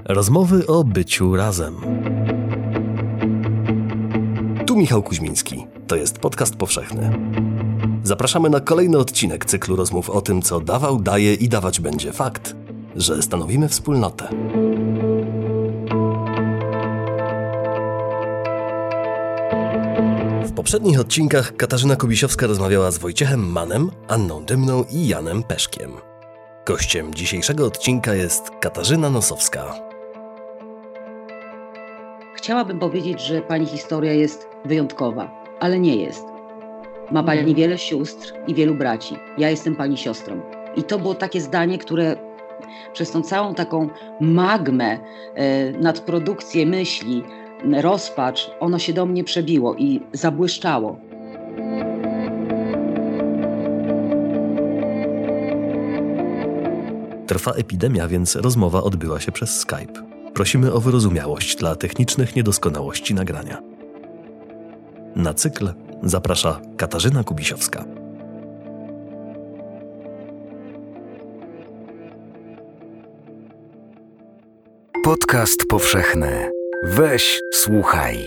Rozmowy o byciu razem. Tu Michał Kuźmiński. To jest podcast powszechny. Zapraszamy na kolejny odcinek cyklu rozmów o tym, co dawał, daje i dawać będzie fakt, że stanowimy wspólnotę. W poprzednich odcinkach Katarzyna Kubisiowska rozmawiała z Wojciechem Mannem, Anną Dymną i Janem Peszkiem. Gościem dzisiejszego odcinka jest Katarzyna Nosowska. Chciałabym powiedzieć, że pani historia jest wyjątkowa, ale nie jest. Ma pani wiele sióstr i wielu braci. Ja jestem pani siostrą. I to było takie zdanie, które przez tą całą taką magmę, nadprodukcję myśli, rozpacz, ono się do mnie przebiło i zabłyszczało. Trwa epidemia, więc rozmowa odbyła się przez Skype. Prosimy o wyrozumiałość dla technicznych niedoskonałości nagrania. Na cykl zaprasza Katarzyna Kubisiowska. Podcast powszechny. Weź, słuchaj.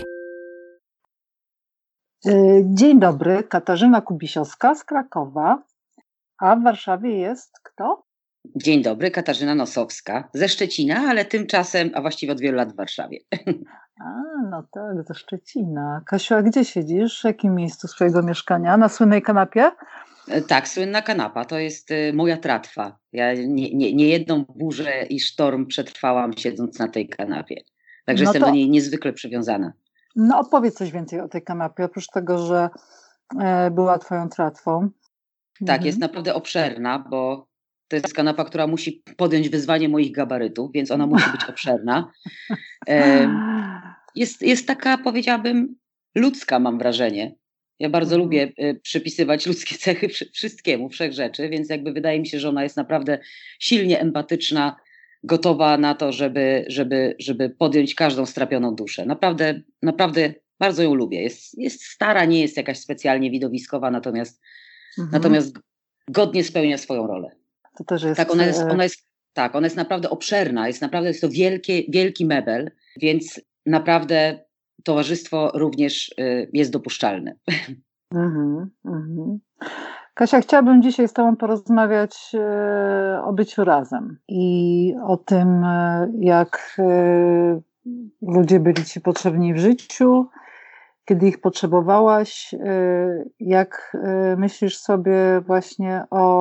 Dzień dobry, Katarzyna Kubisiowska z Krakowa, a w Warszawie jest kto? Dzień dobry, Katarzyna Nosowska ze Szczecina, ale tymczasem, a właściwie od wielu lat w Warszawie. No tak, ze Szczecina. Kasiu, a gdzie siedzisz? W jakim miejscu swojego mieszkania? Na słynnej kanapie? Tak, słynna kanapa, to jest moja tratwa. Ja nie jedną burzę i sztorm przetrwałam siedząc na tej kanapie. Także jestem do niej niezwykle przywiązana. No opowiedz coś więcej o tej kanapie, oprócz tego, że była twoją tratwą. Tak, jest naprawdę obszerna, bo to jest kanapa, która musi podjąć wyzwanie moich gabarytów, więc ona musi być obszerna. Jest taka, powiedziałabym, ludzka, mam wrażenie. Ja bardzo lubię przypisywać ludzkie cechy wszystkiemu, wszechrzeczy, więc jakby wydaje mi się, że ona jest naprawdę silnie empatyczna, gotowa na to, żeby podjąć każdą strapioną duszę. Naprawdę bardzo ją lubię. Jest stara, nie jest jakaś specjalnie widowiskowa, natomiast godnie spełnia swoją rolę. To też jest... Tak, ona jest naprawdę obszerna, jest to wielki mebel, więc naprawdę towarzystwo również jest dopuszczalne. Kasia, chciałabym dzisiaj z tobą porozmawiać o byciu razem i o tym, jak ludzie byli ci potrzebni w życiu, kiedy ich potrzebowałaś, jak myślisz sobie właśnie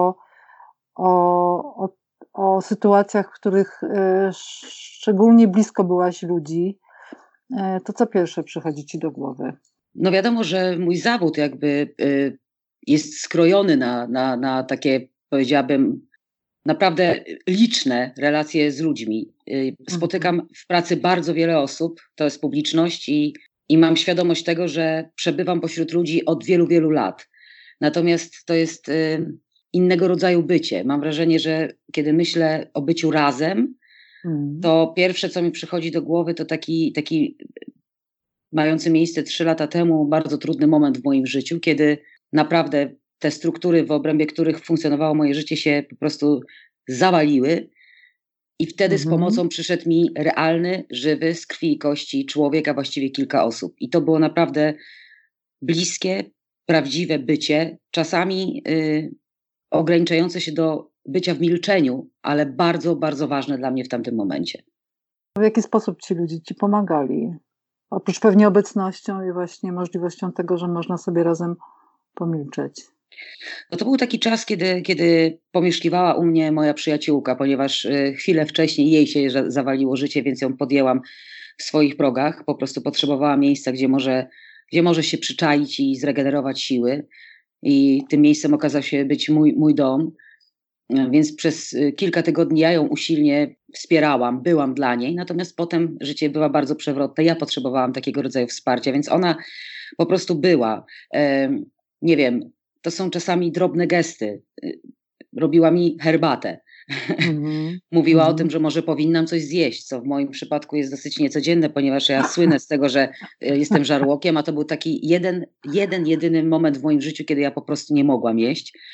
o sytuacjach, w których szczególnie blisko byłaś ludzi, to co pierwsze przychodzi ci do głowy? No wiadomo, że mój zawód jakby jest skrojony na takie, powiedziałabym, naprawdę liczne relacje z ludźmi. Spotykam w pracy bardzo wiele osób, to jest publiczność i mam świadomość tego, że przebywam pośród ludzi od wielu, wielu lat. Natomiast to jest innego rodzaju bycie. Mam wrażenie, że kiedy myślę o byciu razem, to pierwsze, co mi przychodzi do głowy, to taki mający miejsce 3 lata temu bardzo trudny moment w moim życiu, kiedy naprawdę te struktury, w obrębie których funkcjonowało moje życie, się po prostu zawaliły i wtedy z pomocą przyszedł mi realny, żywy, z krwi i kości człowiek, a właściwie kilka osób. I to było naprawdę bliskie, prawdziwe bycie, czasami ograniczające się do bycia w milczeniu, ale bardzo, bardzo ważne dla mnie w tamtym momencie. W jaki sposób ci ludzie ci pomagali? Oprócz pewnie obecnością i właśnie możliwością tego, że można sobie razem pomilczeć. No to był taki czas, kiedy pomieszkiwała u mnie moja przyjaciółka, ponieważ chwilę wcześniej jej się zawaliło życie, więc ją podjęłam w swoich progach. Po prostu potrzebowała miejsca, gdzie może się przyczaić i zregenerować siły. I tym miejscem okazał się być mój dom. Więc przez kilka tygodni ja ją usilnie wspierałam, byłam dla niej, natomiast potem życie bywa bardzo przewrotne. Ja potrzebowałam takiego rodzaju wsparcia, więc ona po prostu była. Nie wiem, to są czasami drobne gesty. Robiła mi herbatę. Mówiła o tym, że może powinnam coś zjeść, co w moim przypadku jest dosyć niecodzienne, ponieważ ja słynę z tego, że jestem żarłokiem, a to był taki jedyny moment w moim życiu, kiedy ja po prostu nie mogłam jeść.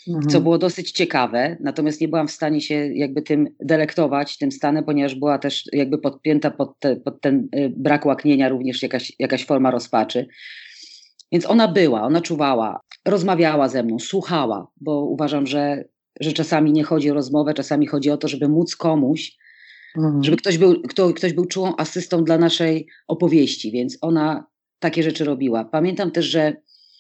co było dosyć ciekawe, natomiast nie byłam w stanie się jakby tym delektować, tym stanem, ponieważ była też jakby podpięta pod ten brak łaknienia również jakaś forma rozpaczy. Więc ona czuwała, rozmawiała ze mną, słuchała, bo uważam, że czasami nie chodzi o rozmowę, czasami chodzi o to, żeby móc komuś, żeby ktoś był czułą asystą dla naszej opowieści, więc ona takie rzeczy robiła. Pamiętam też, że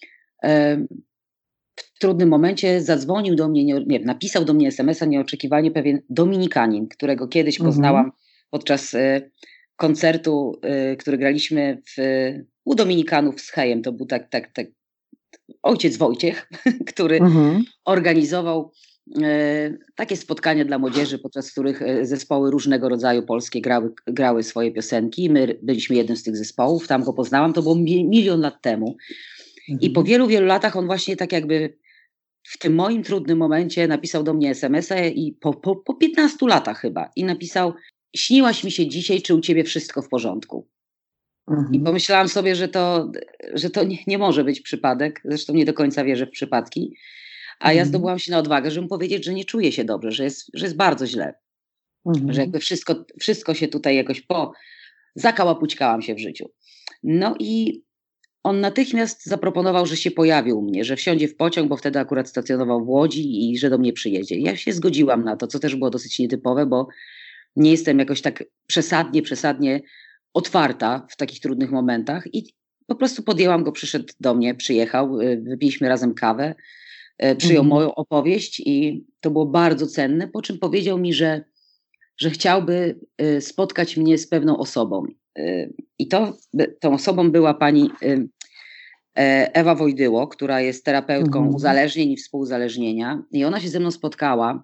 w trudnym momencie zadzwonił do mnie, napisał do mnie SMS-a nieoczekiwanie pewien Dominikanin, którego kiedyś poznałam podczas koncertu, który graliśmy u Dominikanów z Hejem. To był tak ojciec Wojciech, który organizował takie spotkania dla młodzieży, podczas których zespoły różnego rodzaju polskie grały swoje piosenki. My byliśmy jednym z tych zespołów, tam go poznałam, to było 1 milion lat temu. I po wielu, wielu latach on właśnie tak jakby w tym moim trudnym momencie napisał do mnie SMS-a i po 15 latach chyba i napisał: śniłaś mi się dzisiaj, czy u ciebie wszystko w porządku? I pomyślałam sobie, że to nie może być przypadek, zresztą nie do końca wierzę w przypadki, a ja zdobyłam się na odwagę, żeby mu powiedzieć, że nie czuję się dobrze, że jest bardzo źle, że jakby wszystko się tutaj jakoś zakałapućkałam się w życiu. No i on natychmiast zaproponował, że się pojawi u mnie, że wsiądzie w pociąg, bo wtedy akurat stacjonował w Łodzi i że do mnie przyjedzie. Ja się zgodziłam na to, co też było dosyć nietypowe, bo nie jestem jakoś tak przesadnie otwarta w takich trudnych momentach i po prostu podjęłam go, przyszedł do mnie, przyjechał, wypiliśmy razem kawę, przyjął moją opowieść i to było bardzo cenne, po czym powiedział mi, że chciałby spotkać mnie z pewną osobą. I tą osobą była pani Ewa Wojdyło, która jest terapeutką uzależnień i współuzależnienia. I ona się ze mną spotkała,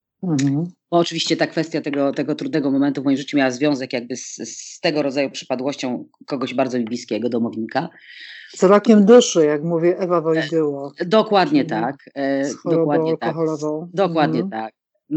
bo oczywiście ta kwestia tego trudnego momentu w moim życiu miała związek jakby z tego rodzaju przypadłością kogoś bardzo mi bliskiego, domownika. Z rakiem duszy, jak mówi Ewa Wojdyło. Dokładnie tak. Z chorobą alkoholową. Dokładnie tak.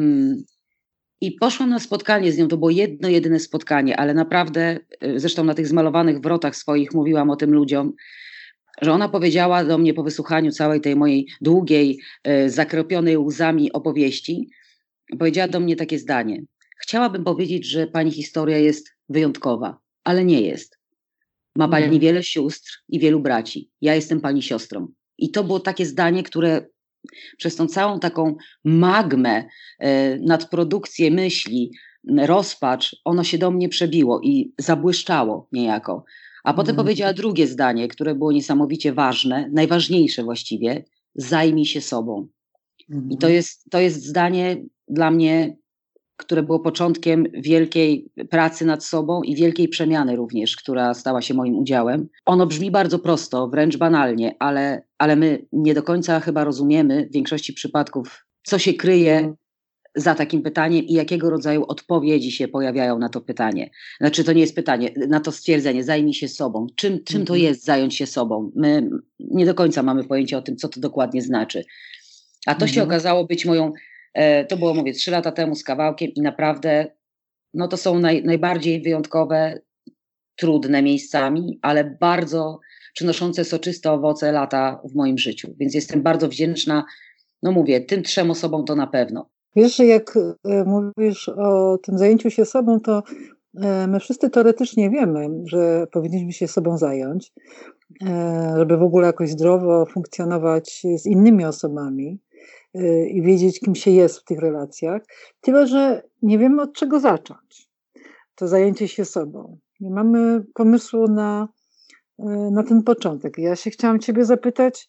I poszłam na spotkanie z nią, to było jedno, jedyne spotkanie, ale naprawdę, zresztą na tych zmalowanych wrotach swoich mówiłam o tym ludziom, że ona powiedziała do mnie po wysłuchaniu całej tej mojej długiej, zakropionej łzami opowieści, powiedziała do mnie takie zdanie: chciałabym powiedzieć, że pani historia jest wyjątkowa, ale nie jest. Ma pani wiele sióstr i wielu braci. Ja jestem pani siostrą. I to było takie zdanie, które przez tą całą taką magmę, nadprodukcję myśli, rozpacz, ono się do mnie przebiło i zabłyszczało niejako. A potem powiedziała drugie zdanie, które było niesamowicie ważne, najważniejsze właściwie: zajmij się sobą. I to jest zdanie dla mnie, które było początkiem wielkiej pracy nad sobą i wielkiej przemiany również, która stała się moim udziałem. Ono brzmi bardzo prosto, wręcz banalnie, ale my nie do końca chyba rozumiemy w większości przypadków, co się kryje za takim pytaniem i jakiego rodzaju odpowiedzi się pojawiają na to pytanie. Znaczy, to nie jest pytanie, na to stwierdzenie: zajmij się sobą. Czym to jest zająć się sobą? My nie do końca mamy pojęcie o tym, co to dokładnie znaczy. A to się okazało być moją, to było, mówię, 3 lata temu z kawałkiem i naprawdę, no to są najbardziej wyjątkowe, trudne miejscami, ale bardzo przynoszące soczyste owoce lata w moim życiu. Więc jestem bardzo wdzięczna, no mówię, tym 3 osobom to na pewno. Wiesz, że jak mówisz o tym zajęciu się sobą, to my wszyscy teoretycznie wiemy, że powinniśmy się sobą zająć, żeby w ogóle jakoś zdrowo funkcjonować z innymi osobami i wiedzieć, kim się jest w tych relacjach. Tyle, że nie wiemy, od czego zacząć to zajęcie się sobą. Nie mamy pomysłu na ten początek. Ja się chciałam ciebie zapytać,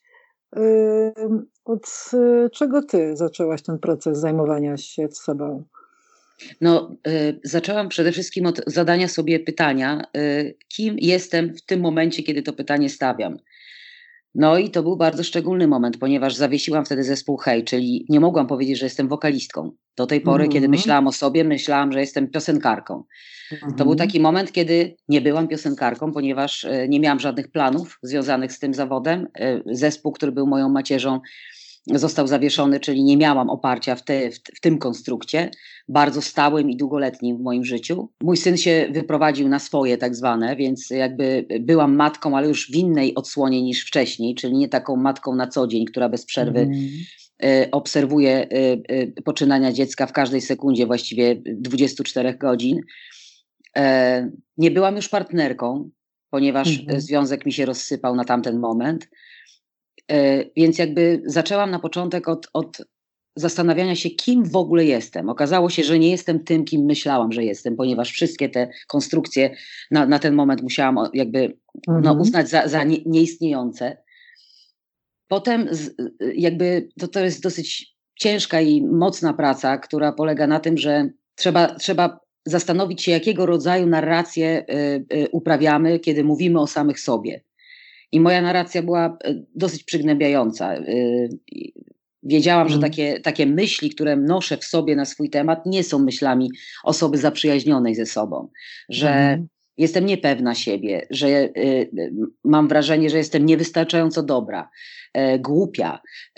od czego ty zaczęłaś ten proces zajmowania się sobą? No, zaczęłam przede wszystkim od zadania sobie pytania, kim jestem w tym momencie, kiedy to pytanie stawiam. No i to był bardzo szczególny moment, ponieważ zawiesiłam wtedy zespół Hej, czyli nie mogłam powiedzieć, że jestem wokalistką. Do tej pory, kiedy myślałam o sobie, myślałam, że jestem piosenkarką. To był taki moment, kiedy nie byłam piosenkarką, ponieważ nie miałam żadnych planów związanych z tym zawodem. Zespół, który był moją macierzą, został zawieszony, czyli nie miałam oparcia w tym konstrukcie, bardzo stałym i długoletnim w moim życiu. Mój syn się wyprowadził na swoje tak zwane, więc jakby byłam matką, ale już w innej odsłonie niż wcześniej, czyli nie taką matką na co dzień, która bez przerwy obserwuję poczynania dziecka w każdej sekundzie, właściwie 24 godzin. Nie byłam już partnerką, ponieważ związek mi się rozsypał na tamten moment. Więc jakby zaczęłam na początek od zastanawiania się, kim w ogóle jestem. Okazało się, że nie jestem tym, kim myślałam, że jestem, ponieważ wszystkie te konstrukcje na ten moment musiałam jakby uznać za nieistniejące. Potem jakby to jest dosyć ciężka i mocna praca, która polega na tym, że trzeba zastanowić się, jakiego rodzaju narrację uprawiamy, kiedy mówimy o samych sobie. I moja narracja była dosyć przygnębiająca. Wiedziałam, że takie myśli, które noszę w sobie na swój temat, nie są myślami osoby zaprzyjaźnionej ze sobą. Że jestem niepewna siebie, że mam wrażenie, że jestem niewystarczająco dobra, głupia,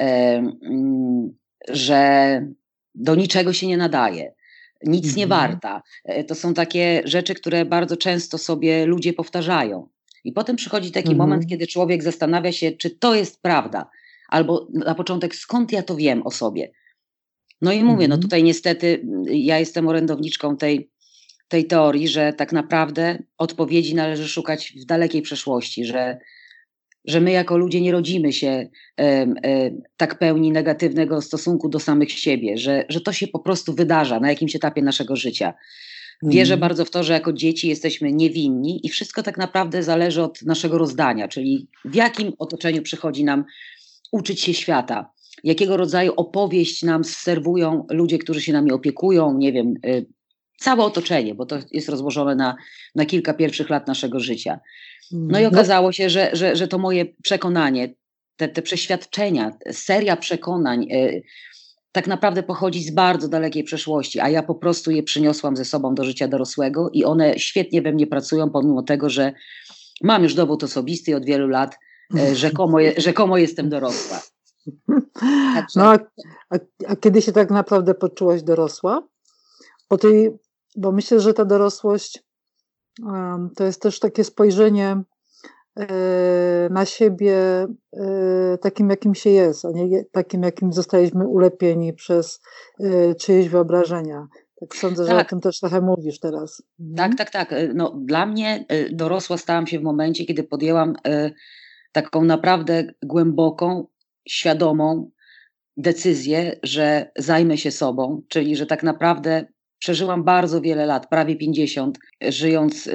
że do niczego się nie nadaje, nic nie warta. To są takie rzeczy, które bardzo często sobie ludzie powtarzają. I potem przychodzi taki moment, kiedy człowiek zastanawia się, czy to jest prawda, albo na początek, skąd ja to wiem o sobie. No i mówię, no tutaj niestety ja jestem orędowniczką tej teorii, że tak naprawdę odpowiedzi należy szukać w dalekiej przeszłości, że my jako ludzie nie rodzimy się tak pełni negatywnego stosunku do samych siebie, że to się po prostu wydarza na jakimś etapie naszego życia. Wierzę bardzo w to, że jako dzieci jesteśmy niewinni i wszystko tak naprawdę zależy od naszego rozdania, czyli w jakim otoczeniu przychodzi nam uczyć się świata, jakiego rodzaju opowieść nam serwują ludzie, którzy się nami opiekują, nie wiem, całe otoczenie, bo to jest rozłożone na kilka pierwszych lat naszego życia. No i okazało się, że to moje przekonanie, te przeświadczenia, seria przekonań tak naprawdę pochodzi z bardzo dalekiej przeszłości, a ja po prostu je przyniosłam ze sobą do życia dorosłego i one świetnie we mnie pracują, pomimo tego, że mam już dowód osobisty i od wielu lat rzekomo jestem dorosła. Także... No a kiedy się tak naprawdę poczułaś dorosła? Bo myślę, że ta dorosłość to jest też takie spojrzenie na siebie takim, jakim się jest, a nie takim, jakim zostaliśmy ulepieni przez czyjeś wyobrażenia. Tak sądzę, że o tym też trochę mówisz teraz. Tak. No, dla mnie dorosła stałam się w momencie, kiedy podjęłam taką naprawdę głęboką, świadomą decyzję, że zajmę się sobą, czyli że tak naprawdę przeżyłam bardzo wiele lat, prawie 50, żyjąc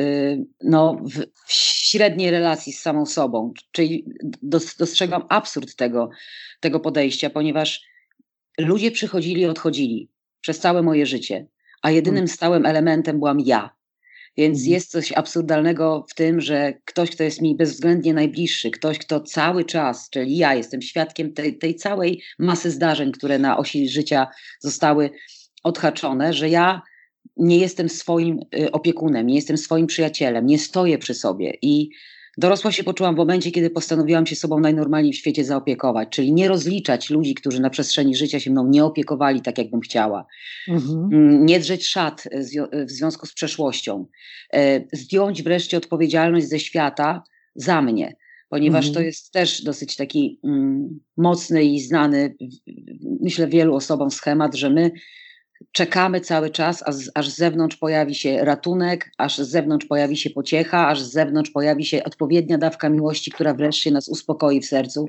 w średniej relacji z samą sobą. Czyli dostrzegam absurd tego podejścia, ponieważ ludzie przychodzili i odchodzili przez całe moje życie, a jedynym stałym elementem byłam ja. Więc jest coś absurdalnego w tym, że ktoś, kto jest mi bezwzględnie najbliższy, ktoś, kto cały czas, czyli ja jestem świadkiem tej całej masy zdarzeń, które na osi życia zostały odhaczone, że ja nie jestem swoim opiekunem, nie jestem swoim przyjacielem, nie stoję przy sobie. I dorosła się poczułam w momencie, kiedy postanowiłam się sobą najnormalniej w świecie zaopiekować, czyli nie rozliczać ludzi, którzy na przestrzeni życia się mną nie opiekowali tak, jakbym chciała. Nie drzeć szat w związku z przeszłością. Zdjąć wreszcie odpowiedzialność ze świata za mnie, ponieważ to jest też dosyć taki mocny i znany, myślę, wielu osobom schemat, że my czekamy cały czas, aż z zewnątrz pojawi się ratunek, aż z zewnątrz pojawi się pociecha, aż z zewnątrz pojawi się odpowiednia dawka miłości, która wreszcie nas uspokoi w sercu.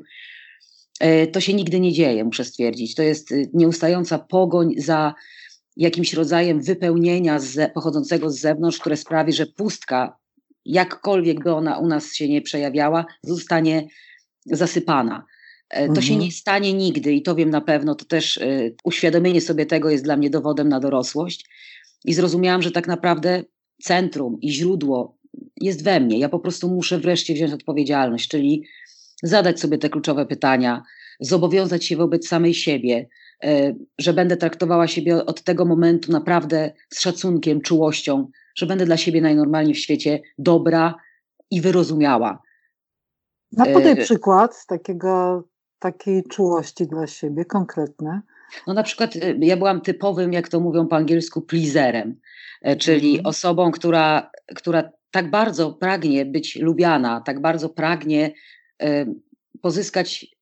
To się nigdy nie dzieje, muszę stwierdzić. To jest nieustająca pogoń za jakimś rodzajem wypełnienia pochodzącego z zewnątrz, które sprawi, że pustka, jakkolwiek by ona u nas się nie przejawiała, zostanie zasypana. To się nie stanie nigdy i to wiem na pewno, to też uświadomienie sobie tego jest dla mnie dowodem na dorosłość i zrozumiałam, że tak naprawdę centrum i źródło jest we mnie. Ja po prostu muszę wreszcie wziąć odpowiedzialność, czyli zadać sobie te kluczowe pytania, zobowiązać się wobec samej siebie, że będę traktowała siebie od tego momentu naprawdę z szacunkiem, czułością, że będę dla siebie najnormalniej w świecie dobra i wyrozumiała. No podaj przykład takiej czułości dla siebie, konkretne. No na przykład ja byłam typowym, jak to mówią po angielsku, pleaserem, czyli osobą, która tak bardzo pragnie być lubiana, tak bardzo pragnie pozyskać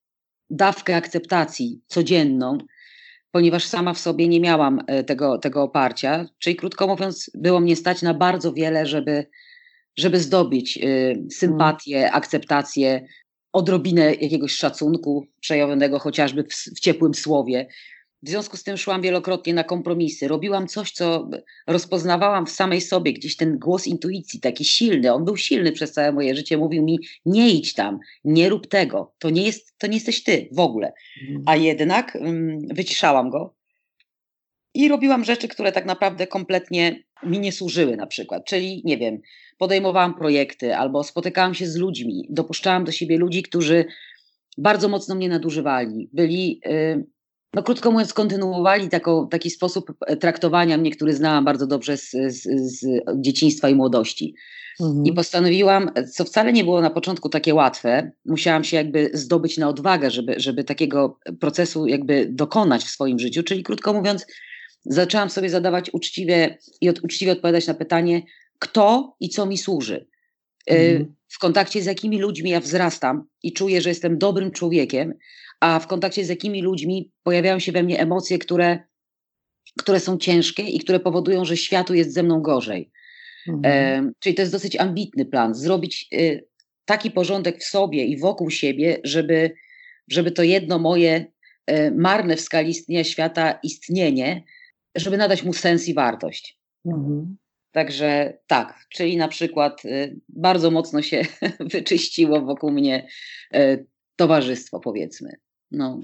dawkę akceptacji codzienną, ponieważ sama w sobie nie miałam tego oparcia, czyli krótko mówiąc, było mnie stać na bardzo wiele, żeby zdobyć sympatię, akceptację, odrobinę jakiegoś szacunku przejawionego chociażby w ciepłym słowie. W związku z tym szłam wielokrotnie na kompromisy. Robiłam coś, co rozpoznawałam w samej sobie, gdzieś ten głos intuicji, taki silny. On był silny przez całe moje życie. Mówił mi, nie idź tam, nie rób tego, to nie jesteś ty w ogóle. A jednak wyciszałam go i robiłam rzeczy, które tak naprawdę kompletnie mi nie służyły na przykład. Czyli, nie wiem, podejmowałam projekty albo spotykałam się z ludźmi, dopuszczałam do siebie ludzi, którzy bardzo mocno mnie nadużywali. Byli... No krótko mówiąc, kontynuowali taki sposób traktowania mnie, który znałam bardzo dobrze z dzieciństwa i młodości. I postanowiłam, co wcale nie było na początku takie łatwe, musiałam się jakby zdobyć na odwagę, żeby takiego procesu jakby dokonać w swoim życiu, czyli krótko mówiąc, zaczęłam sobie zadawać uczciwie odpowiadać na pytanie, kto i co mi służy. W kontakcie z jakimi ludźmi ja wzrastam i czuję, że jestem dobrym człowiekiem, a w kontakcie z jakimi ludźmi pojawiają się we mnie emocje, które są ciężkie i które powodują, że światu jest ze mną gorzej. Czyli to jest dosyć ambitny plan, zrobić taki porządek w sobie i wokół siebie, żeby to jedno moje marne w skali istnienia świata istnienie, żeby nadać mu sens i wartość. Także tak, czyli na przykład bardzo mocno się wyczyściło wokół mnie towarzystwo, powiedzmy. No.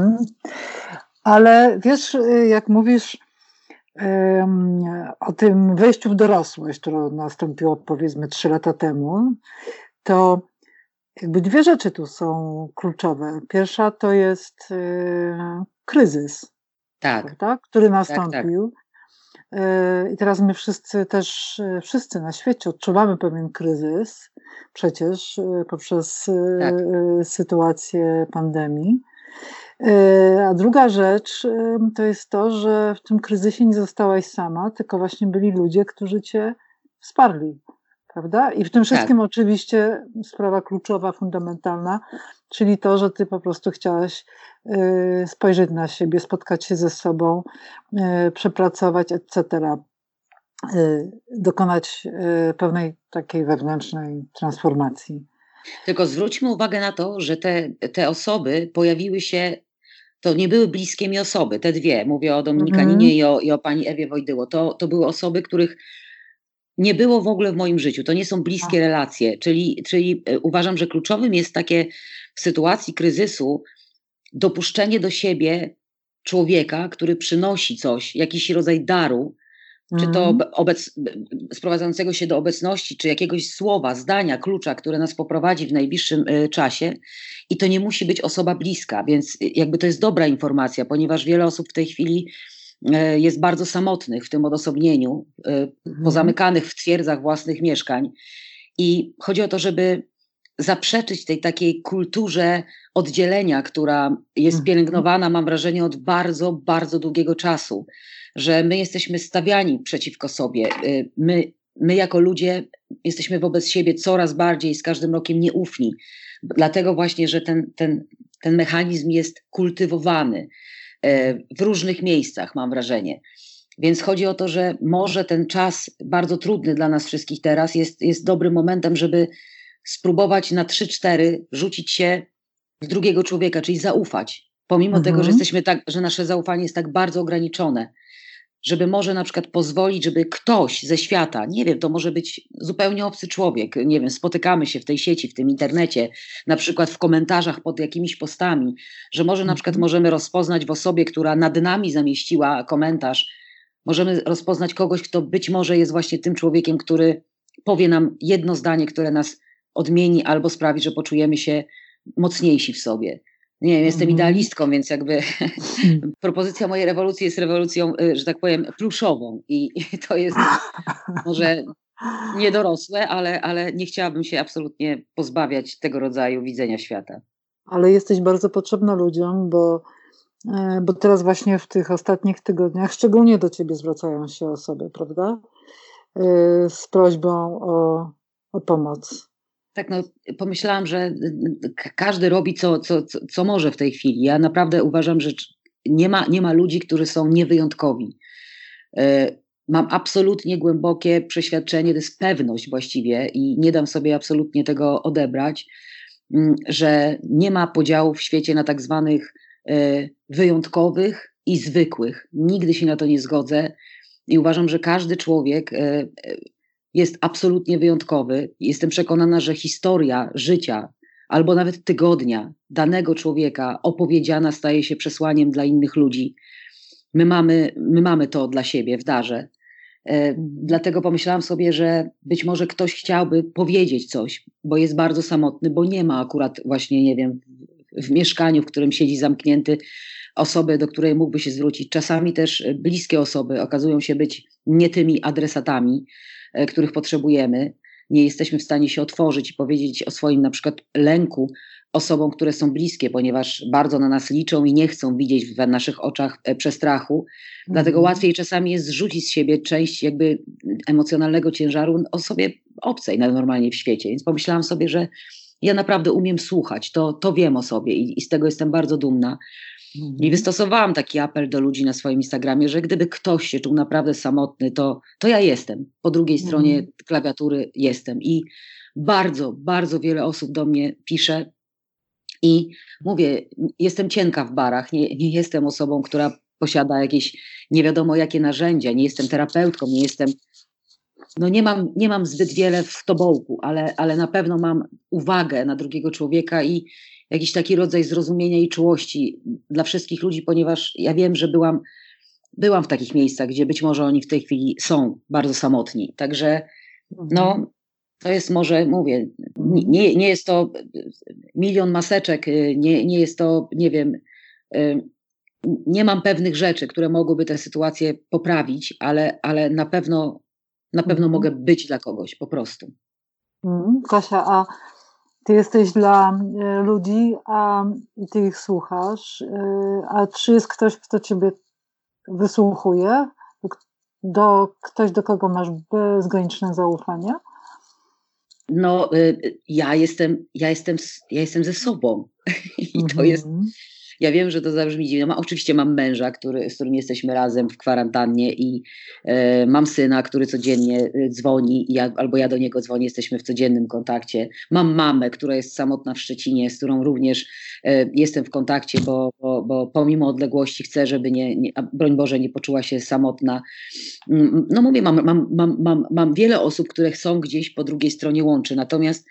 Ale wiesz, jak mówisz o tym wejściu w dorosłość, które nastąpiło powiedzmy 3 lata temu, to jakby 2 rzeczy tu są kluczowe. Pierwsza to jest kryzys, prawda, który nastąpił. Tak. I teraz my wszyscy na świecie odczuwamy pewien kryzys, przecież poprzez sytuację pandemii. A druga rzecz to jest to, że w tym kryzysie nie zostałaś sama, tylko właśnie byli ludzie, którzy cię wsparli, prawda? I w tym wszystkim oczywiście sprawa kluczowa, fundamentalna, czyli to, że ty po prostu chciałaś spojrzeć na siebie, spotkać się ze sobą, przepracować, etc., dokonać pewnej takiej wewnętrznej transformacji. Tylko zwróćmy uwagę na to, że te osoby pojawiły się, to nie były bliskie mi osoby, te 2, mówię o Dominikaninie i o pani Ewie Wojdyło, to były osoby, których nie było w ogóle w moim życiu, to nie są bliskie relacje, czyli uważam, że kluczowym jest takie w sytuacji kryzysu dopuszczenie do siebie człowieka, który przynosi coś, jakiś rodzaj daru, czy to sprowadzającego się do obecności, czy jakiegoś słowa, zdania, klucza, które nas poprowadzi w najbliższym czasie, i to nie musi być osoba bliska, więc jakby to jest dobra informacja, ponieważ wiele osób w tej chwili jest bardzo samotnych w tym odosobnieniu, pozamykanych w twierdzach własnych mieszkań, i chodzi o to, żeby zaprzeczyć tej takiej kulturze oddzielenia, która jest pielęgnowana, mam wrażenie, od bardzo, bardzo długiego czasu, że my jesteśmy stawiani przeciwko sobie. My jako ludzie jesteśmy wobec siebie coraz bardziej z każdym rokiem nieufni. Dlatego właśnie, że ten mechanizm jest kultywowany w różnych miejscach, mam wrażenie. Więc chodzi o to, że może ten czas bardzo trudny dla nas wszystkich teraz jest dobrym momentem, żeby spróbować na 3-4 rzucić się w drugiego człowieka, czyli zaufać. Pomimo tego, że że nasze zaufanie jest tak bardzo ograniczone, żeby może na przykład pozwolić, żeby ktoś ze świata, nie wiem, to może być zupełnie obcy człowiek, nie wiem, spotykamy się w tej sieci, w tym internecie, na przykład w komentarzach pod jakimiś postami, że może na przykład możemy rozpoznać w osobie, która nad nami zamieściła komentarz, możemy rozpoznać kogoś, kto być może jest właśnie tym człowiekiem, który powie nam jedno zdanie, które nas odmieni albo sprawi, że poczujemy się mocniejsi w sobie. Nie wiem, jestem idealistką, więc jakby propozycja mojej rewolucji jest rewolucją, że tak powiem, pluszową i to jest może niedorosłe, ale nie chciałabym się absolutnie pozbawiać tego rodzaju widzenia świata. Ale jesteś bardzo potrzebna ludziom, bo teraz właśnie w tych ostatnich tygodniach szczególnie do ciebie zwracają się osoby, prawda? Z prośbą o pomoc. Tak, no pomyślałam, że każdy robi co może w tej chwili. Ja naprawdę uważam, że nie ma ludzi, którzy są niewyjątkowi. Mam absolutnie głębokie przeświadczenie, to jest pewność właściwie i nie dam sobie absolutnie tego odebrać, że nie ma podziału w świecie na tak zwanych wyjątkowych i zwykłych. Nigdy się na to nie zgodzę i uważam, że każdy człowiek jest absolutnie wyjątkowy. Jestem przekonana, że historia życia albo nawet tygodnia danego człowieka opowiedziana staje się przesłaniem dla innych ludzi. My mamy to dla siebie w darze. Dlatego pomyślałam sobie, że być może ktoś chciałby powiedzieć coś, bo jest bardzo samotny, bo nie ma akurat właśnie, nie wiem, w mieszkaniu, w którym siedzi zamknięty, osoby, do której mógłby się zwrócić. Czasami też bliskie osoby okazują się być nie tymi adresatami, których potrzebujemy. Nie jesteśmy w stanie się otworzyć i powiedzieć o swoim na przykład lęku osobom, które są bliskie, ponieważ bardzo na nas liczą i nie chcą widzieć w naszych oczach przestrachu. Dlatego łatwiej czasami jest zrzucić z siebie część jakby emocjonalnego ciężaru osobie obcej normalnie w świecie. Więc pomyślałam sobie, że ja naprawdę umiem słuchać, to wiem o sobie i z tego jestem bardzo dumna. I wystosowałam taki apel do ludzi na swoim Instagramie, że gdyby ktoś się czuł naprawdę samotny, to ja jestem. Po drugiej stronie klawiatury jestem. I bardzo, bardzo wiele osób do mnie pisze i mówię, jestem cienka w barach, nie jestem osobą, która posiada jakieś nie wiadomo jakie narzędzia, nie jestem terapeutką, nie mam zbyt wiele w tobołku, ale na pewno mam uwagę na drugiego człowieka i jakiś taki rodzaj zrozumienia i czułości dla wszystkich ludzi, ponieważ ja wiem, że byłam w takich miejscach, gdzie być może oni w tej chwili są bardzo samotni. Także to jest może, mówię, nie jest to milion maseczek, nie jest to, nie wiem, nie mam pewnych rzeczy, które mogłyby tę sytuację poprawić, ale na pewno mogę być dla kogoś po prostu. Kasia, a ty jesteś dla ludzi, i ty ich słuchasz, a czy jest ktoś, kto ciebie wysłuchuje? Ktoś, do kogo masz bezgraniczne zaufanie? No, ja jestem ze sobą i to jest, ja wiem, że to zabrzmi dziwnie. Oczywiście mam męża, z którym jesteśmy razem w kwarantannie i mam syna, który codziennie dzwoni albo ja do niego dzwonię, jesteśmy w codziennym kontakcie. Mam mamę, która jest samotna w Szczecinie, z którą również jestem w kontakcie, bo pomimo odległości chcę, żeby broń Boże, nie poczuła się samotna. No mówię, mam wiele osób, które są gdzieś po drugiej stronie łączy, natomiast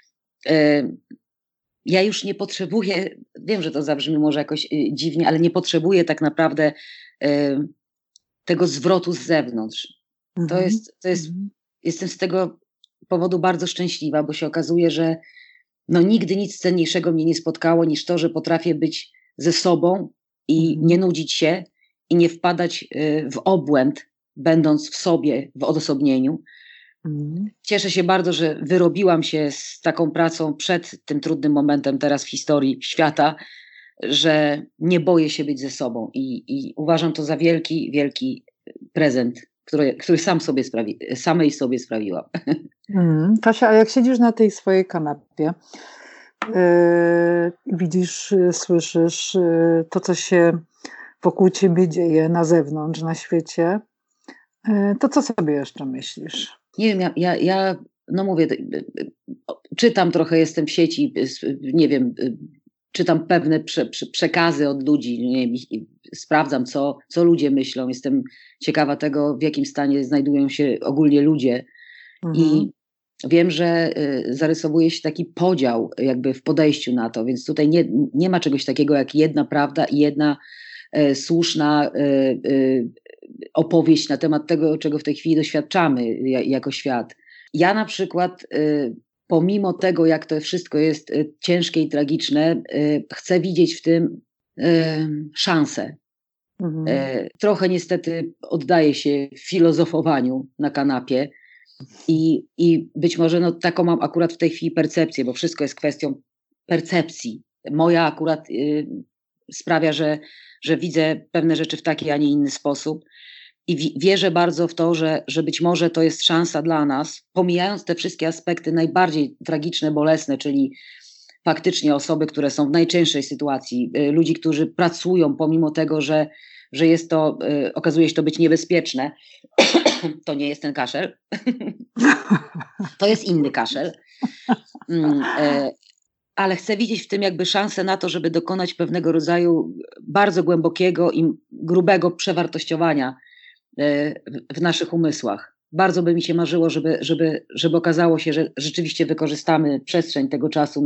ja już nie potrzebuję, wiem, że to zabrzmi może jakoś dziwnie, ale nie potrzebuję tak naprawdę tego zwrotu z zewnątrz. Jestem z tego powodu bardzo szczęśliwa, bo się okazuje, że nigdy nic cenniejszego mnie nie spotkało niż to, że potrafię być ze sobą i nie nudzić się i nie wpadać w obłęd, będąc w sobie, w odosobnieniu. Cieszę się bardzo, że wyrobiłam się z taką pracą przed tym trudnym momentem teraz w historii świata, że nie boję się być ze sobą i uważam to za wielki, wielki prezent, który samej sobie sprawiłam. Kasia, a jak siedzisz na tej swojej kanapie, widzisz, słyszysz to, co się wokół ciebie dzieje na zewnątrz, na świecie, to co sobie jeszcze myślisz? Nie wiem, ja mówię, czytam trochę, jestem w sieci, nie wiem, czytam pewne przekazy od ludzi, nie wiem, sprawdzam, co ludzie myślą, jestem ciekawa tego, w jakim stanie znajdują się ogólnie ludzie i wiem, że zarysowuje się taki podział jakby w podejściu na to, więc tutaj nie ma czegoś takiego jak jedna prawda i jedna słuszna opowieść na temat tego, czego w tej chwili doświadczamy jako świat. Ja na przykład, pomimo tego, jak to wszystko jest ciężkie i tragiczne, chcę widzieć w tym szansę. Trochę niestety oddaję się filozofowaniu na kanapie i być może taką mam akurat w tej chwili percepcję, bo wszystko jest kwestią percepcji. Moja akurat sprawia, że widzę pewne rzeczy w taki, a nie inny sposób. i wierzę bardzo w to, że być może to jest szansa dla nas, pomijając te wszystkie aspekty najbardziej tragiczne, bolesne, czyli faktycznie osoby, które są w najcięższej sytuacji, ludzi, którzy pracują pomimo tego, że jest to, okazuje się to być niebezpieczne. To nie jest ten kaszel. To jest inny kaszel. Ale chcę widzieć w tym jakby szansę na to, żeby dokonać pewnego rodzaju bardzo głębokiego i grubego przewartościowania w naszych umysłach. Bardzo by mi się marzyło, żeby okazało się, że rzeczywiście wykorzystamy przestrzeń tego czasu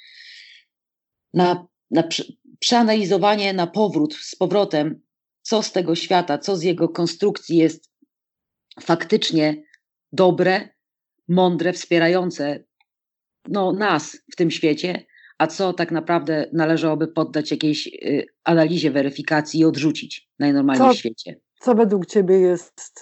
na przeanalizowanie, na powrót, z powrotem, co z tego świata, co z jego konstrukcji jest faktycznie dobre, mądre, wspierające nas w tym świecie, a co tak naprawdę należałoby poddać jakiejś analizie, weryfikacji i odrzucić najnormalniej w świecie. Co według ciebie jest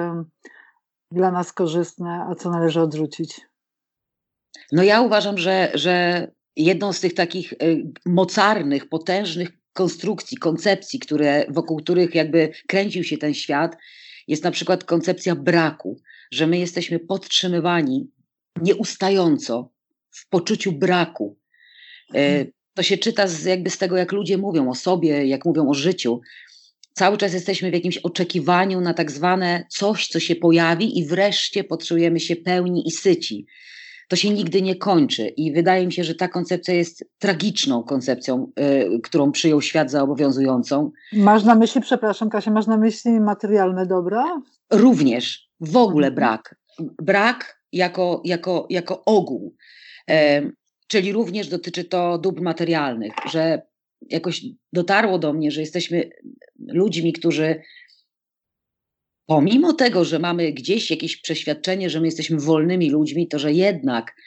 dla nas korzystne, a co należy odrzucić? No ja uważam, że jedną z tych takich mocarnych, potężnych konstrukcji, koncepcji, wokół których jakby kręcił się ten świat, jest na przykład koncepcja braku, że my jesteśmy podtrzymywani nieustająco w poczuciu braku. To się czyta jakby z tego, jak ludzie mówią o sobie, jak mówią o życiu. Cały czas jesteśmy w jakimś oczekiwaniu na tak zwane coś, co się pojawi i wreszcie poczujemy się pełni i syci. To się nigdy nie kończy i wydaje mi się, że ta koncepcja jest tragiczną koncepcją, którą przyjął świat za obowiązującą. Masz na myśli, przepraszam Kasia, masz na myśli materialne dobra? Również, w ogóle brak. Brak jako ogół. Czyli również dotyczy to dóbr materialnych, że jakoś dotarło do mnie, że jesteśmy ludźmi, którzy pomimo tego, że mamy gdzieś jakieś przeświadczenie, że my jesteśmy wolnymi ludźmi, to że jednak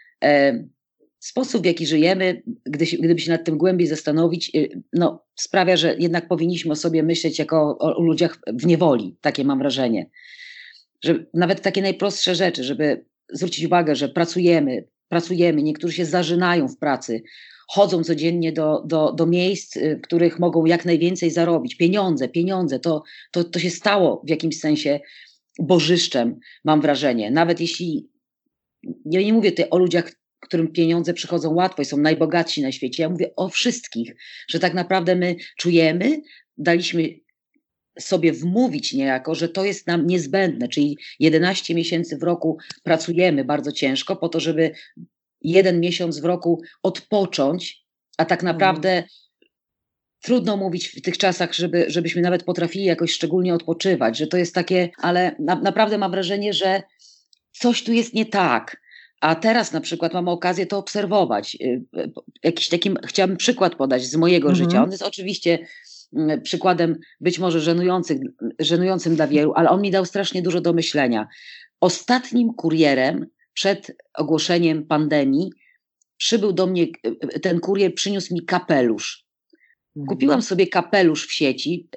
sposób, w jaki żyjemy, gdyby się nad tym głębiej zastanowić, sprawia, że jednak powinniśmy o sobie myśleć jako o ludziach w niewoli. Takie mam wrażenie. Że nawet takie najprostsze rzeczy, żeby zwrócić uwagę, że pracujemy, niektórzy się zażynają w pracy, chodzą codziennie do miejsc, w których mogą jak najwięcej zarobić. Pieniądze, to się stało w jakimś sensie bożyszczem, mam wrażenie. Nawet jeśli, ja nie mówię tutaj o ludziach, którym pieniądze przychodzą łatwo i są najbogatsi na świecie, ja mówię o wszystkich, że tak naprawdę my czujemy, daliśmy sobie wmówić niejako, że to jest nam niezbędne, czyli 11 miesięcy w roku pracujemy bardzo ciężko po to, żeby 1 miesiąc w roku odpocząć, a tak naprawdę trudno mówić w tych czasach, żebyśmy nawet potrafili jakoś szczególnie odpoczywać, że to jest takie, ale naprawdę mam wrażenie, że coś tu jest nie tak. A teraz na przykład mamy okazję to obserwować. Jakiś taki, chciałabym przykład podać z mojego życia. On jest oczywiście przykładem być może żenującym dla wielu, ale on mi dał strasznie dużo do myślenia. Ostatnim kurierem przed ogłoszeniem pandemii przybył do mnie, ten kurier przyniósł mi kapelusz. Kupiłam sobie kapelusz w sieci.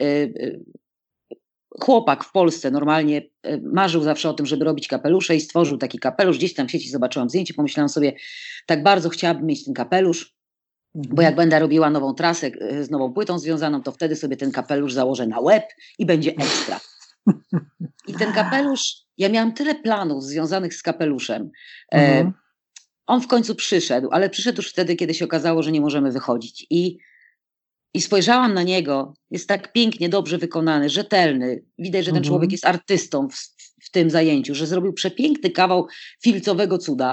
Chłopak w Polsce normalnie marzył zawsze o tym, żeby robić kapelusze i stworzył taki kapelusz. Gdzieś tam w sieci zobaczyłam zdjęcie, pomyślałam sobie, tak bardzo chciałabym mieć ten kapelusz, bo jak będę robiła nową trasę z nową płytą związaną, to wtedy sobie ten kapelusz założę na łeb i będzie ekstra. I ten kapelusz, ja miałam tyle planów związanych z kapeluszem. On w końcu przyszedł, ale przyszedł już wtedy, kiedy się okazało, że nie możemy wychodzić. I spojrzałam na niego, jest tak pięknie, dobrze wykonany, rzetelny. Widać, że ten człowiek jest artystą w tym zajęciu, że zrobił przepiękny kawał filcowego cuda.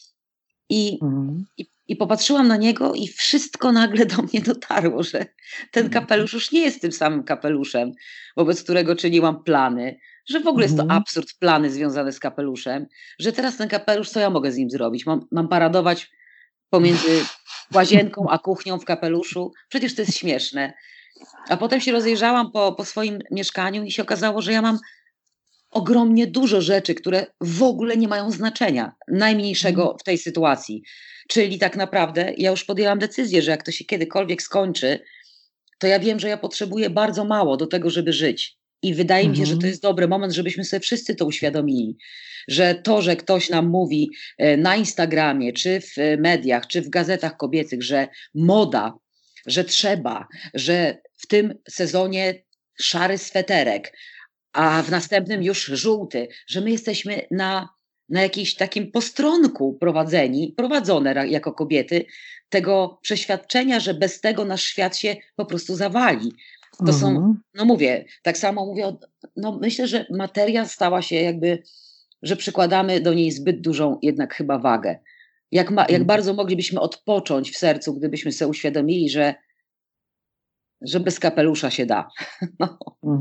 I popatrzyłam na niego i wszystko nagle do mnie dotarło, że ten kapelusz już nie jest tym samym kapeluszem, wobec którego czyniłam plany, że w ogóle jest to absurd, plany związane z kapeluszem, że teraz ten kapelusz, co ja mogę z nim zrobić? Mam paradować pomiędzy łazienką a kuchnią w kapeluszu? Przecież to jest śmieszne. A potem się rozejrzałam po swoim mieszkaniu i się okazało, że ja mam ogromnie dużo rzeczy, które w ogóle nie mają znaczenia, najmniejszego w tej sytuacji. Czyli tak naprawdę ja już podjęłam decyzję, że jak to się kiedykolwiek skończy, to ja wiem, że ja potrzebuję bardzo mało do tego, żeby żyć. I wydaje mi się, że to jest dobry moment, żebyśmy sobie wszyscy to uświadomili, że to, że ktoś nam mówi na Instagramie, czy w mediach, czy w gazetach kobiecych, że moda, że trzeba, że w tym sezonie szary sweterek, a w następnym już żółty, że my jesteśmy na jakimś takim postronku prowadzone jako kobiety, tego przeświadczenia, że bez tego nasz świat się po prostu zawali. To są, no mówię, tak samo mówię, no myślę, że materia stała się jakby, że przykładamy do niej zbyt dużą jednak chyba wagę. Jak bardzo moglibyśmy odpocząć w sercu, gdybyśmy sobie uświadomili, że bez kapelusza się da. No.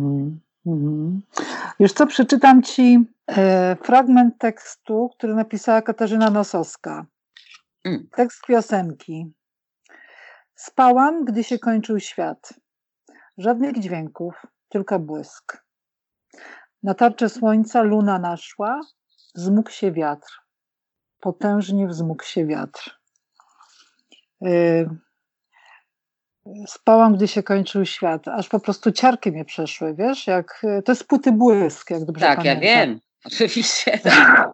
Już co, przeczytam Ci fragment tekstu, który napisała Katarzyna Nosowska. Tekst piosenki. Spałam, gdy się kończył świat. Żadnych dźwięków, tylko błysk. Na tarczę słońca luna naszła, wzmógł się wiatr. Potężnie wzmógł się wiatr. Spałam, gdy się kończył świat. Aż po prostu ciarki mnie przeszły, wiesz? To jest Płyty Błysk, jak dobrze pamiętam. Tak, ja wiem. Oczywiście. Tak.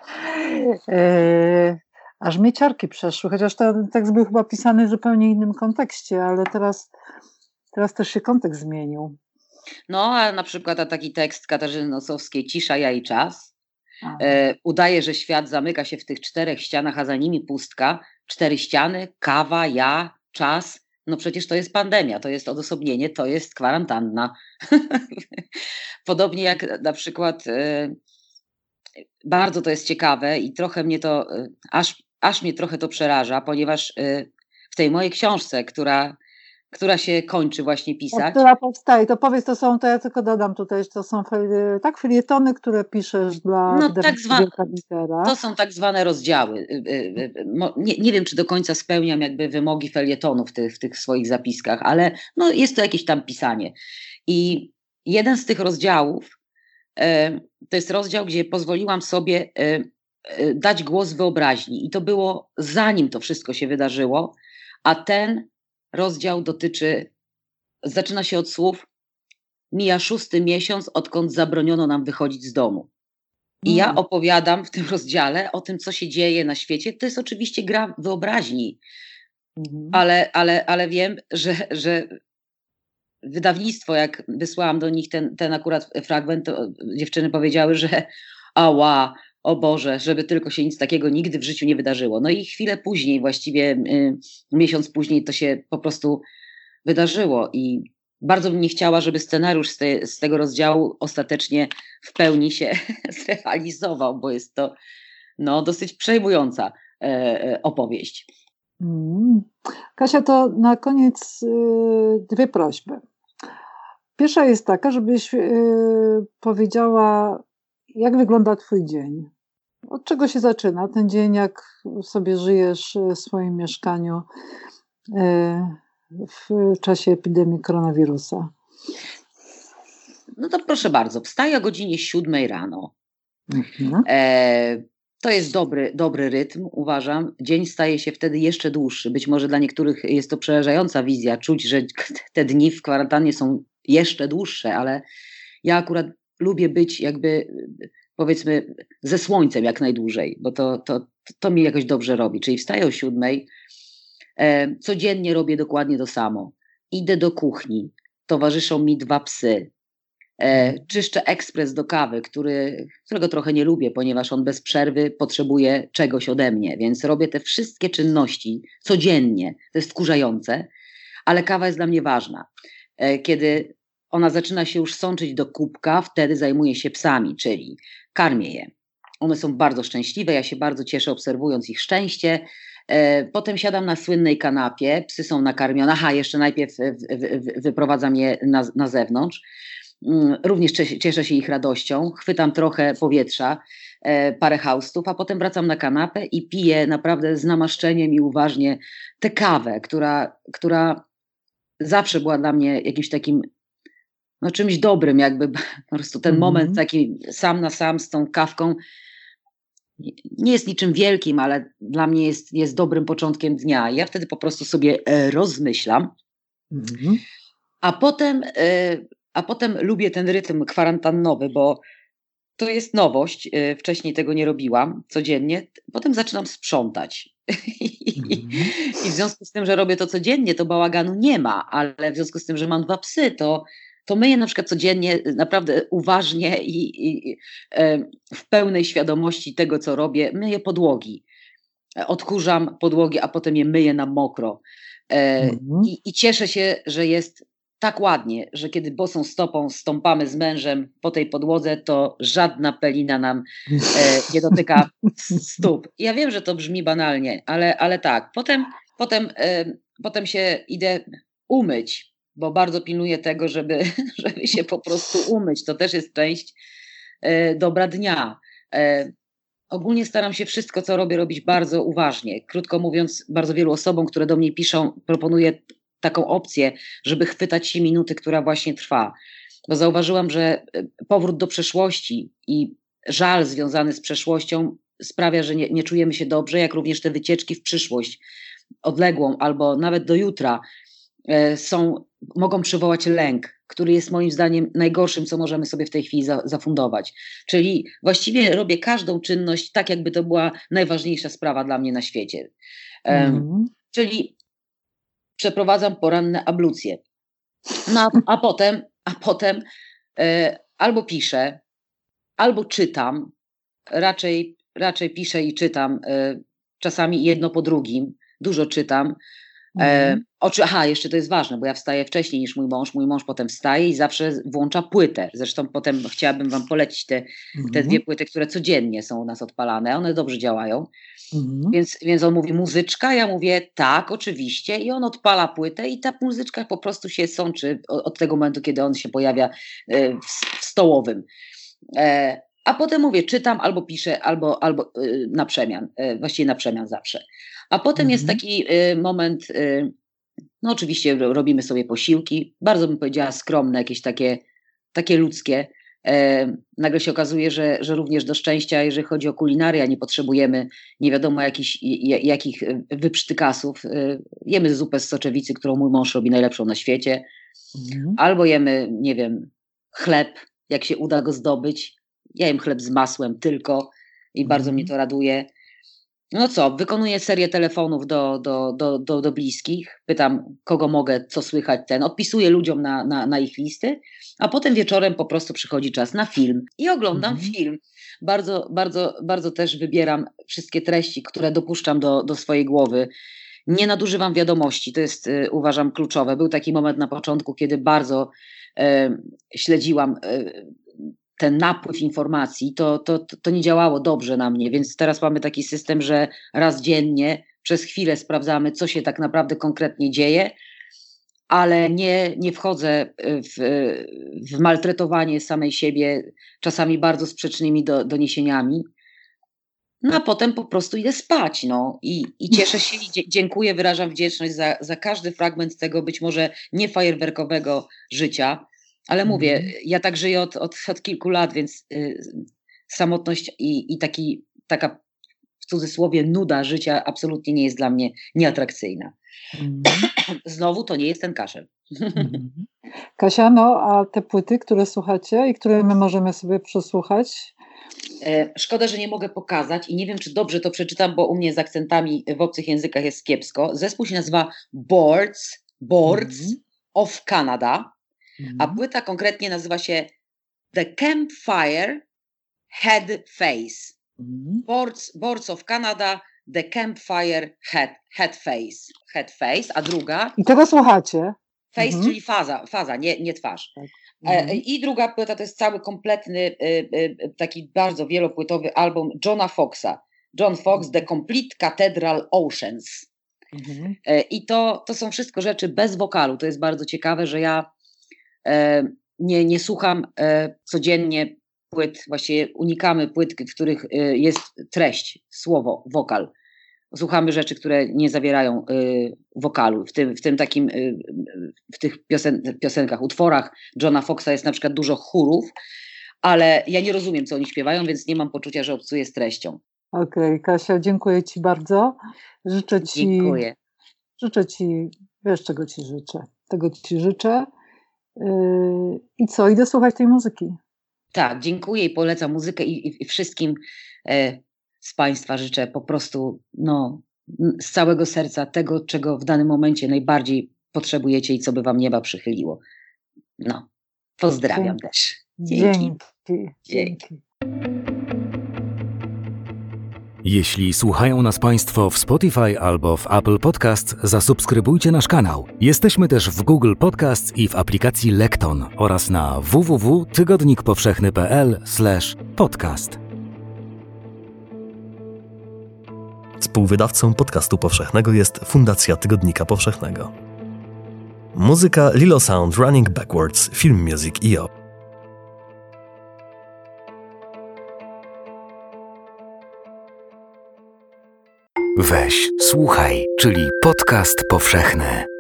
Aż mnie ciarki przeszły, chociaż ten tekst był chyba pisany w zupełnie innym kontekście, ale teraz też się kontekst zmienił. No, a na przykład taki tekst Katarzyny Nosowskiej, Cisza, ja i czas. Udaje, że świat zamyka się w tych 4 ścianach, a za nimi pustka. 4 ściany, kawa, ja, czas. No przecież to jest pandemia, to jest odosobnienie, to jest kwarantanna. Podobnie jak na przykład bardzo to jest ciekawe i trochę mnie to, aż mnie trochę to przeraża, ponieważ w tej mojej książce, która się kończy właśnie pisać. Która powstaje, to powiedz, to ja tylko dodam tutaj, że to są felietony, które piszesz dla Wielka Litera. To są tak zwane rozdziały. Nie wiem, czy do końca spełniam jakby wymogi felietonów w tych swoich zapiskach, ale no jest to jakieś tam pisanie. I jeden z tych rozdziałów to jest rozdział, gdzie pozwoliłam sobie dać głos wyobraźni i to było zanim to wszystko się wydarzyło, a ten rozdział zaczyna się od słów: mija 6. miesiąc, odkąd zabroniono nam wychodzić z domu. I ja opowiadam w tym rozdziale o tym, co się dzieje na świecie. To jest oczywiście gra wyobraźni, ale wiem, że wydawnictwo, jak wysłałam do nich ten akurat fragment, to dziewczyny powiedziały, że ała, o Boże, żeby tylko się nic takiego nigdy w życiu nie wydarzyło. No i chwilę później, właściwie miesiąc później to się po prostu wydarzyło i bardzo bym nie chciała, żeby scenariusz z tego rozdziału ostatecznie w pełni się zrealizował, bo jest to dosyć przejmująca opowieść. Kasia, to na koniec 2 prośby. Pierwsza jest taka, żebyś powiedziała, jak wygląda Twój dzień? Od czego się zaczyna ten dzień, jak sobie żyjesz w swoim mieszkaniu w czasie epidemii koronawirusa? No to proszę bardzo, wstaję o godzinie 7 rano. To jest dobry rytm, uważam. Dzień staje się wtedy jeszcze dłuższy. Być może dla niektórych jest to przerażająca wizja, czuć, że te dni w kwarantannie są jeszcze dłuższe, ale ja akurat lubię być jakby, powiedzmy, ze słońcem jak najdłużej, bo to mi jakoś dobrze robi. Czyli wstaję o 7, codziennie robię dokładnie to samo. Idę do kuchni, towarzyszą mi 2 psy. Czyszczę ekspres do kawy, którego trochę nie lubię, ponieważ on bez przerwy potrzebuje czegoś ode mnie, więc robię te wszystkie czynności codziennie. To jest wkurzające, ale kawa jest dla mnie ważna. Kiedy ona zaczyna się już sączyć do kubka, wtedy zajmuję się psami, czyli karmię je. One są bardzo szczęśliwe, ja się bardzo cieszę, obserwując ich szczęście. Potem siadam na słynnej kanapie, psy są nakarmione. Jeszcze najpierw wyprowadzam je na zewnątrz. Również cieszę się ich radością, chwytam trochę powietrza, parę haustów, a potem wracam na kanapę i piję naprawdę z namaszczeniem i uważnie tę kawę, która zawsze była dla mnie jakimś takim czymś dobrym, jakby po prostu ten moment taki sam na sam z tą kawką nie jest niczym wielkim, ale dla mnie jest dobrym początkiem dnia. Ja wtedy po prostu sobie rozmyślam, a potem lubię ten rytm kwarantannowy, bo to jest nowość. Wcześniej tego nie robiłam codziennie. Potem zaczynam sprzątać. I w związku z tym, że robię to codziennie, to bałaganu nie ma, ale w związku z tym, że mam 2 psy, to to myję na przykład codziennie naprawdę uważnie i w pełnej świadomości tego, co robię, myję podłogi. Odkurzam podłogi, a potem je myję na mokro. I cieszę się, że jest tak ładnie, że kiedy bosą stopą stąpamy z mężem po tej podłodze, to żadna pelina nam nie dotyka stóp. Ja wiem, że to brzmi banalnie, ale tak. Potem się idę umyć, bo bardzo pilnuję tego, żeby się po prostu umyć. To też jest część dobra dnia. Ogólnie staram się wszystko, co robię, robić bardzo uważnie. Krótko mówiąc, bardzo wielu osobom, które do mnie piszą, proponuję taką opcję, żeby chwytać się minuty, która właśnie trwa. Bo zauważyłam, że powrót do przeszłości i żal związany z przeszłością sprawia, że nie czujemy się dobrze, jak również te wycieczki w przyszłość, odległą albo nawet do jutra, mogą przywołać lęk, który jest moim zdaniem najgorszym, co możemy sobie w tej chwili zafundować. Czyli właściwie robię każdą czynność tak, jakby to była najważniejsza sprawa dla mnie na świecie. Czyli przeprowadzam poranne ablucje. No, a potem albo piszę, albo czytam. Raczej piszę i czytam, czasami jedno po drugim. Dużo czytam. Jeszcze to jest ważne, bo ja wstaję wcześniej niż mój mąż. Mój mąż potem wstaje i zawsze włącza płytę. Zresztą potem chciałabym wam polecić te dwie płyty, które codziennie są u nas odpalane. One dobrze działają. Więc on mówi muzyczka, ja mówię tak, oczywiście, i on odpala płytę i ta muzyczka po prostu się sączy od tego momentu, kiedy on się pojawia w stołowym. A potem mówię, czytam albo piszę, albo na przemian, właściwie na przemian zawsze. A potem jest taki moment, no oczywiście robimy sobie posiłki, bardzo bym powiedziała skromne, jakieś takie ludzkie. Nagle się okazuje, że również do szczęścia, jeżeli chodzi o kulinarię, nie potrzebujemy nie wiadomo jakich wyprztykasów. Jemy zupę z soczewicy, którą mój mąż robi najlepszą na świecie. Albo jemy, nie wiem, chleb, jak się uda go zdobyć. Ja jem chleb z masłem tylko i bardzo mnie to raduje. No co, wykonuję serię telefonów do bliskich, pytam, kogo mogę, co słychać, odpisuję ludziom na ich listy, a potem wieczorem po prostu przychodzi czas na film i oglądam film. Bardzo, bardzo, bardzo też wybieram wszystkie treści, które dopuszczam do swojej głowy. Nie nadużywam wiadomości, to jest uważam kluczowe. Był taki moment na początku, kiedy bardzo śledziłam ten napływ informacji, to nie działało dobrze na mnie, więc teraz mamy taki system, że raz dziennie przez chwilę sprawdzamy, co się tak naprawdę konkretnie dzieje, ale nie wchodzę w maltretowanie samej siebie czasami bardzo sprzecznymi doniesieniami. No a potem po prostu idę spać, i cieszę się i dziękuję, wyrażam wdzięczność za każdy fragment tego być może nie fajerwerkowego życia. Ale mówię, ja tak żyję od kilku lat, więc samotność i taka w cudzysłowie nuda życia absolutnie nie jest dla mnie nieatrakcyjna. Znowu to nie jest ten kaszel. Kasia, a te płyty, które słuchacie i które my możemy sobie przesłuchać? Szkoda, że nie mogę pokazać i nie wiem, czy dobrze to przeczytam, bo u mnie z akcentami w obcych językach jest kiepsko. Zespół się nazywa Boards of Canada. A płyta konkretnie nazywa się The Campfire Head Face. Boards of Canada, The Campfire Head Face, a druga... I tego słuchacie? Face, czyli faza, nie twarz. Tak. I druga płyta to jest cały kompletny, taki bardzo wielopłytowy album Johna Foxa. John Fox, The Complete Cathedral Oceans. I to są wszystko rzeczy bez wokalu. To jest bardzo ciekawe, że ja nie słucham codziennie płyt, właściwie unikamy płyt, w których jest treść, słowo, wokal. Słuchamy rzeczy, które nie zawierają wokalu. W tych piosenkach, utworach Johna Foxa jest na przykład dużo chórów, ale ja nie rozumiem, co oni śpiewają, więc nie mam poczucia, że obcuję z treścią. Okej, Kasia, dziękuję Ci bardzo. Dziękuję. Życzę Ci, wiesz czego Ci życzę. Tego Ci życzę. I co? Idę słuchać tej muzyki. Tak, dziękuję i polecam muzykę i wszystkim z Państwa życzę po prostu z całego serca tego, czego w danym momencie najbardziej potrzebujecie i co by Wam nieba przychyliło. Pozdrawiam też. Dzięki. Jeśli słuchają nas Państwo w Spotify albo w Apple Podcast, zasubskrybujcie nasz kanał. Jesteśmy też w Google Podcast i w aplikacji Lekton oraz na www.tygodnikpowszechny.pl/podcast. Współwydawcą podcastu powszechnego jest Fundacja Tygodnika Powszechnego. Muzyka Lilo Sound Running Backwards, Film Music IO. Weź, słuchaj, czyli podcast powszechny.